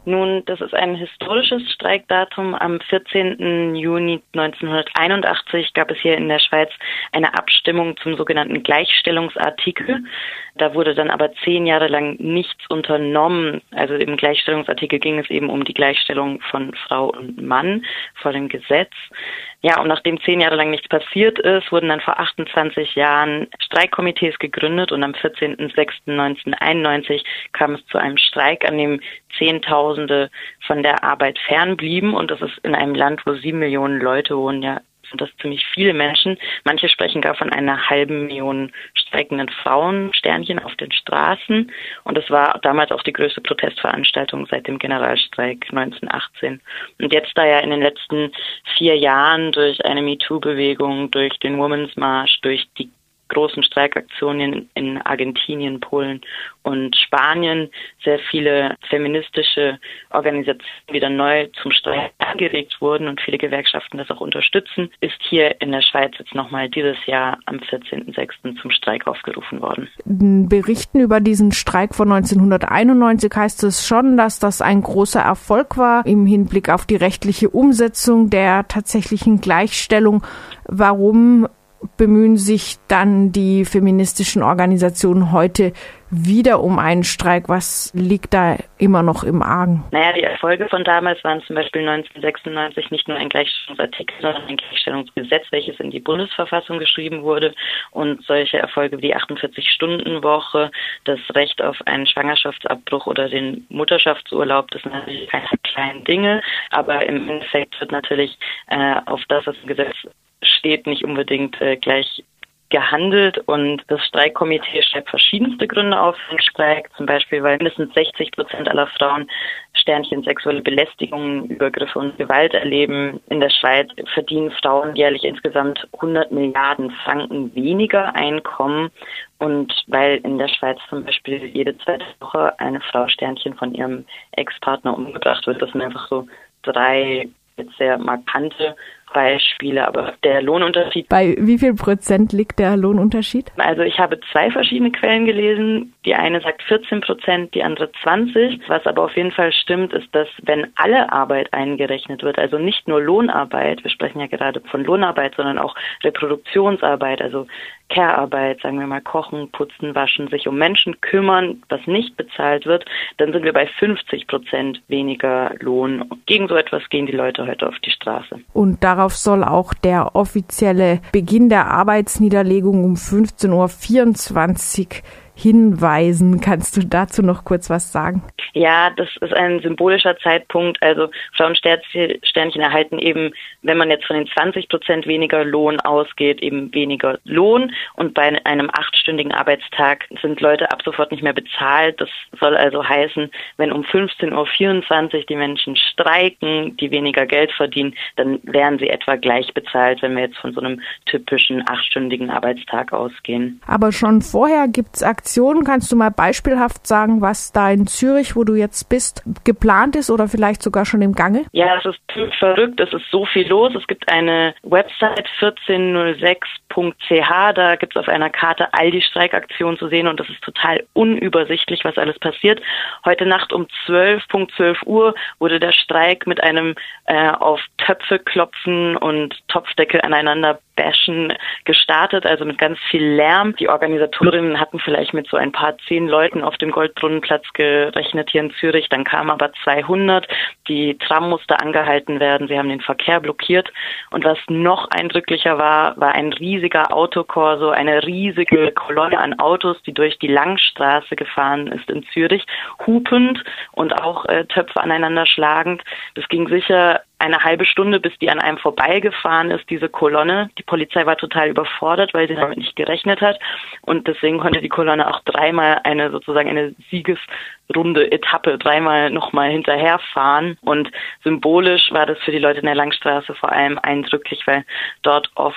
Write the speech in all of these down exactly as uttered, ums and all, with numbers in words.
Nun, das ist ein historisches Streikdatum. Am vierzehnten Juni neunzehnhunderteinundachtzig gab es hier in der Schweiz eine Abstimmung zum sogenannten Gleichstellungsartikel. Da wurde dann aber zehn Jahre lang nichts unternommen. Also im Gleichstellungsartikel ging es eben um die Gleichstellung von Frau und Mann vor dem Gesetz. Ja, und nachdem zehn Jahre lang nichts passiert ist, wurden dann vor achtundzwanzig Jahren Streikkomitees gegründet und am vierzehnten sechsten neunzehnhunderteinundneunzig kam es zu einem Streik, an dem Zehntausende von der Arbeit fernblieben, und das ist in einem Land, wo sieben Millionen Leute wohnen, ja, sind das ziemlich viele Menschen. Manche sprechen gar von einer halben Million streikenden Frauen, Sternchen auf den Straßen. Und das war damals auch die größte Protestveranstaltung seit dem Generalstreik neunzehnhundertachtzehn. Und jetzt, da ja in den letzten vier Jahren durch eine MeToo-Bewegung, durch den Women's March, durch die großen Streikaktionen in Argentinien, Polen und Spanien sehr viele feministische Organisationen wieder neu zum Streik angeregt wurden und viele Gewerkschaften das auch unterstützen, ist hier in der Schweiz jetzt nochmal dieses Jahr am vierzehnten sechsten zum Streik aufgerufen worden. Berichten über diesen Streik von neunzehnhunderteinundneunzig heißt es schon, dass das ein großer Erfolg war im Hinblick auf die rechtliche Umsetzung der tatsächlichen Gleichstellung. Warum bemühen sich dann die feministischen Organisationen heute wieder um einen Streik? Was liegt da immer noch im Argen? Naja, die Erfolge von damals waren zum Beispiel neunzehnhundertsechsundneunzig nicht nur ein Gleichstellungsartikel, sondern ein Gleichstellungsgesetz, welches in die Bundesverfassung geschrieben wurde. Und solche Erfolge wie die achtundvierzig-Stunden-Woche, das Recht auf einen Schwangerschaftsabbruch oder den Mutterschaftsurlaub, das sind natürlich keine kleinen Dinge, aber im Endeffekt wird natürlich äh, auf das, was im Gesetz steht, nicht unbedingt äh, gleich gehandelt, und das Streikkomitee schreibt verschiedenste Gründe auf für den Streik, zum Beispiel, weil mindestens sechzig Prozent aller Frauen Sternchen sexuelle Belästigungen, Übergriffe und Gewalt erleben. In der Schweiz verdienen Frauen jährlich insgesamt hundert Milliarden Franken weniger Einkommen, und weil in der Schweiz zum Beispiel jede zweite Woche eine Frau Sternchen von ihrem Ex-Partner umgebracht wird. Das sind einfach so drei jetzt sehr markante Beispiele, aber der Lohnunterschied. Bei wie viel Prozent liegt der Lohnunterschied? Also ich habe zwei verschiedene Quellen gelesen. Die eine sagt vierzehn Prozent, die andere zwanzig. Was aber auf jeden Fall stimmt, ist, dass wenn alle Arbeit eingerechnet wird, also nicht nur Lohnarbeit, wir sprechen ja gerade von Lohnarbeit, sondern auch Reproduktionsarbeit, also Care-Arbeit, sagen wir mal kochen, putzen, waschen, sich um Menschen kümmern, was nicht bezahlt wird, dann sind wir bei fünfzig Prozent weniger Lohn. Gegen so etwas gehen die Leute heute auf die Straße. Und darauf soll auch der offizielle Beginn der Arbeitsniederlegung um fünfzehn Uhr vierundzwanzig hinweisen. Kannst du dazu noch kurz was sagen? Ja, das ist ein symbolischer Zeitpunkt. Also Frauensternchen erhalten eben, wenn man jetzt von den zwanzig Prozent weniger Lohn ausgeht, eben weniger Lohn. Und bei einem achtstündigen Arbeitstag sind Leute ab sofort nicht mehr bezahlt. Das soll also heißen, wenn um fünfzehn Uhr vierundzwanzig die Menschen streiken, die weniger Geld verdienen, dann wären sie etwa gleich bezahlt, wenn wir jetzt von so einem typischen achtstündigen Arbeitstag ausgehen. Aber schon vorher gibt es Aktionen. Kannst du mal beispielhaft sagen, was da in Zürich, wo du jetzt bist, geplant ist oder vielleicht sogar schon im Gange? Ja, es ist verrückt, es ist so viel los. Es gibt eine Website vierzehn null sechs punkt c h, da gibt es auf einer Karte all die Streikaktionen zu sehen, und das ist total unübersichtlich, was alles passiert. Heute Nacht um zwölf Uhr wurde der Streik mit einem äh, auf Töpfe klopfen und Topfdeckel aneinander bashen gestartet, also mit ganz viel Lärm. Die Organisatorinnen hatten vielleicht mit so ein paar zehn Leuten auf dem Goldbrunnenplatz gerechnet hier in Zürich, dann kamen aber zweihundert. Die Tram musste angehalten werden, sie haben den Verkehr blockiert, und was noch eindrücklicher war, war ein riesiger Autokorso, eine riesige Kolonne an Autos, die durch die Langstraße gefahren ist in Zürich, hupend und auch äh, Töpfe aneinander schlagend. Das ging sicher eine halbe Stunde, bis die an einem vorbeigefahren ist, diese Kolonne. Die Polizei war total überfordert, weil sie damit nicht gerechnet hat. Und deswegen konnte die Kolonne auch dreimal eine, sozusagen eine Siegesrunde, Etappe, dreimal nochmal hinterherfahren. Und symbolisch war das für die Leute in der Langstraße vor allem eindrücklich, weil dort oft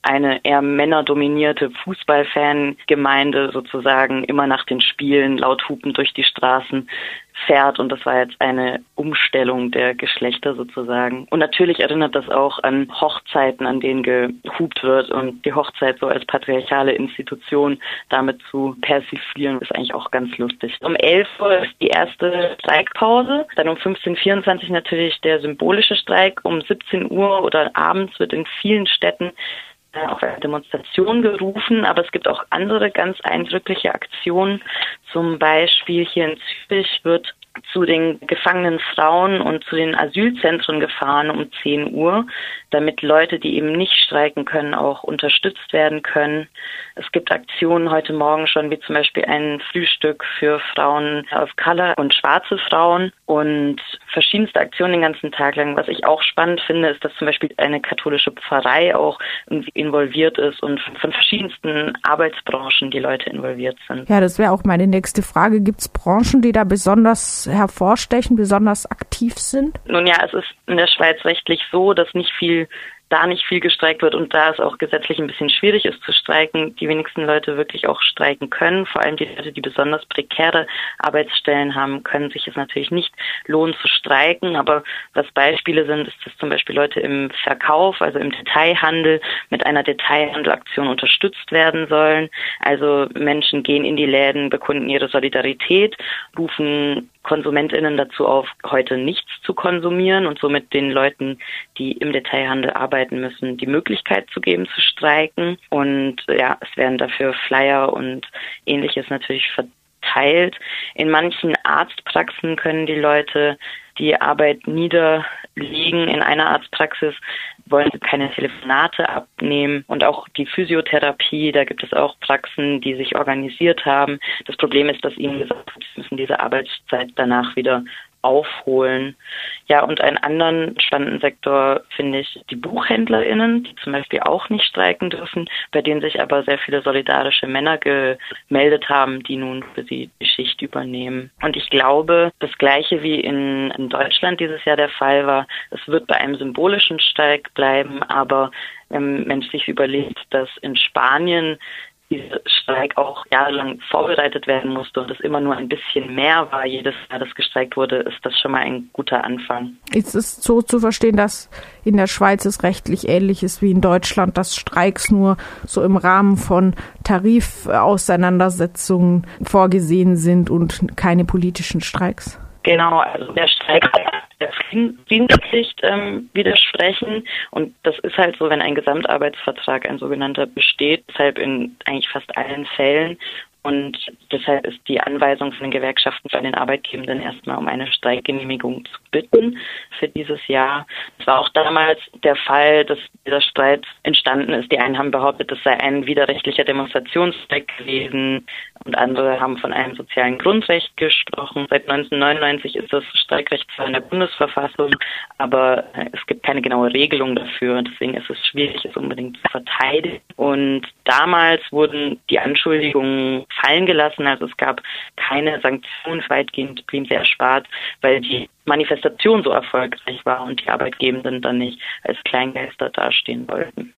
eine eher männerdominierte Fußballfangemeinde sozusagen immer nach den Spielen laut hupend durch die Straßen fährt, und das war jetzt eine Umstellung der Geschlechter sozusagen. Und natürlich erinnert das auch an Hochzeiten, an denen gehupt wird, und die Hochzeit so als patriarchale Institution damit zu persiflieren, ist eigentlich auch ganz lustig. Um elf Uhr ist die erste Streikpause, dann um fünfzehn Uhr vierundzwanzig natürlich der symbolische Streik, um siebzehn Uhr oder abends wird in vielen Städten auf eine Demonstration gerufen, aber es gibt auch andere ganz eindrückliche Aktionen. Zum Beispiel hier in Zürich wird zu den gefangenen Frauen und zu den Asylzentren gefahren um zehn Uhr, damit Leute, die eben nicht streiken können, auch unterstützt werden können. Es gibt Aktionen heute Morgen schon, wie zum Beispiel ein Frühstück für Frauen of Color und schwarze Frauen und verschiedenste Aktionen den ganzen Tag lang. Was ich auch spannend finde, ist, dass zum Beispiel eine katholische Pfarrei auch irgendwie involviert ist und von verschiedensten Arbeitsbranchen die Leute involviert sind. Ja, das wäre auch meine nächste Frage. Gibt es Branchen, die da besonders hervorstechen, besonders aktiv sind? Nun ja, es ist in der Schweiz rechtlich so, dass nicht viel da nicht viel gestreikt wird und da es auch gesetzlich ein bisschen schwierig ist zu streiken, die wenigsten Leute wirklich auch streiken können. Vor allem die Leute, die besonders prekäre Arbeitsstellen haben, können sich es natürlich nicht lohnen zu streiken. Aber was Beispiele sind, ist, dass zum Beispiel Leute im Verkauf, also im Detailhandel, mit einer Detailhandelaktion unterstützt werden sollen. Also Menschen gehen in die Läden, bekunden ihre Solidarität, rufen KonsumentInnen dazu auf, heute nichts zu konsumieren und somit den Leuten, die im Detailhandel arbeiten müssen, die Möglichkeit zu geben, zu streiken. Und ja, es werden dafür Flyer und Ähnliches natürlich verteilt. In manchen Arztpraxen können die Leute die Arbeit niederlegen. In einer Arztpraxis wollen sie keine Telefonate abnehmen, und auch die Physiotherapie, da gibt es auch Praxen, die sich organisiert haben. Das Problem ist, dass ihnen gesagt wird, sie müssen diese Arbeitszeit danach wieder aufholen. Ja, und einen anderen spannenden Sektor finde ich die BuchhändlerInnen, die zum Beispiel auch nicht streiken dürfen, bei denen sich aber sehr viele solidarische Männer gemeldet haben, die nun für sie die Schicht übernehmen. Und ich glaube, das Gleiche wie in, in Deutschland dieses Jahr der Fall war, es wird bei einem symbolischen Streik bleiben, aber wenn man sich überlegt, dass in Spanien dieser Streik auch jahrelang vorbereitet werden musste und es immer nur ein bisschen mehr war, jedes Jahr, das gestreikt wurde, ist das schon mal ein guter Anfang. Ist es so zu verstehen, dass in der Schweiz es rechtlich ähnlich ist wie in Deutschland, dass Streiks nur so im Rahmen von Tarifauseinandersetzungen vorgesehen sind und keine politischen Streiks? Genau, also der Streik der Friedenspflicht ähm, widersprechen. Und das ist halt so, wenn ein Gesamtarbeitsvertrag, ein sogenannter, besteht, deshalb in eigentlich fast allen Fällen. Und deshalb ist die Anweisung von den Gewerkschaften für den Arbeitgebenden erstmal um eine Streikgenehmigung zu bitten für dieses Jahr. Es war auch damals der Fall, dass dieser Streit entstanden ist. Die einen haben behauptet, es sei ein widerrechtlicher Demonstrationsstreik gewesen und andere haben von einem sozialen Grundrecht gesprochen. Seit neunzehnhundertneunundneunzig ist das Streikrecht zwar in der Bundesverfassung, aber es gibt keine genaue Regelung dafür. Deswegen ist es schwierig, es unbedingt zu verteidigen. Und damals wurden die Anschuldigungen fallen gelassen. Also es gab keine Sanktionen, weitgehend blieben sie erspart, weil die Manifestation so erfolgreich war und die Arbeitgebenden dann nicht als Kleingeister dastehen wollten.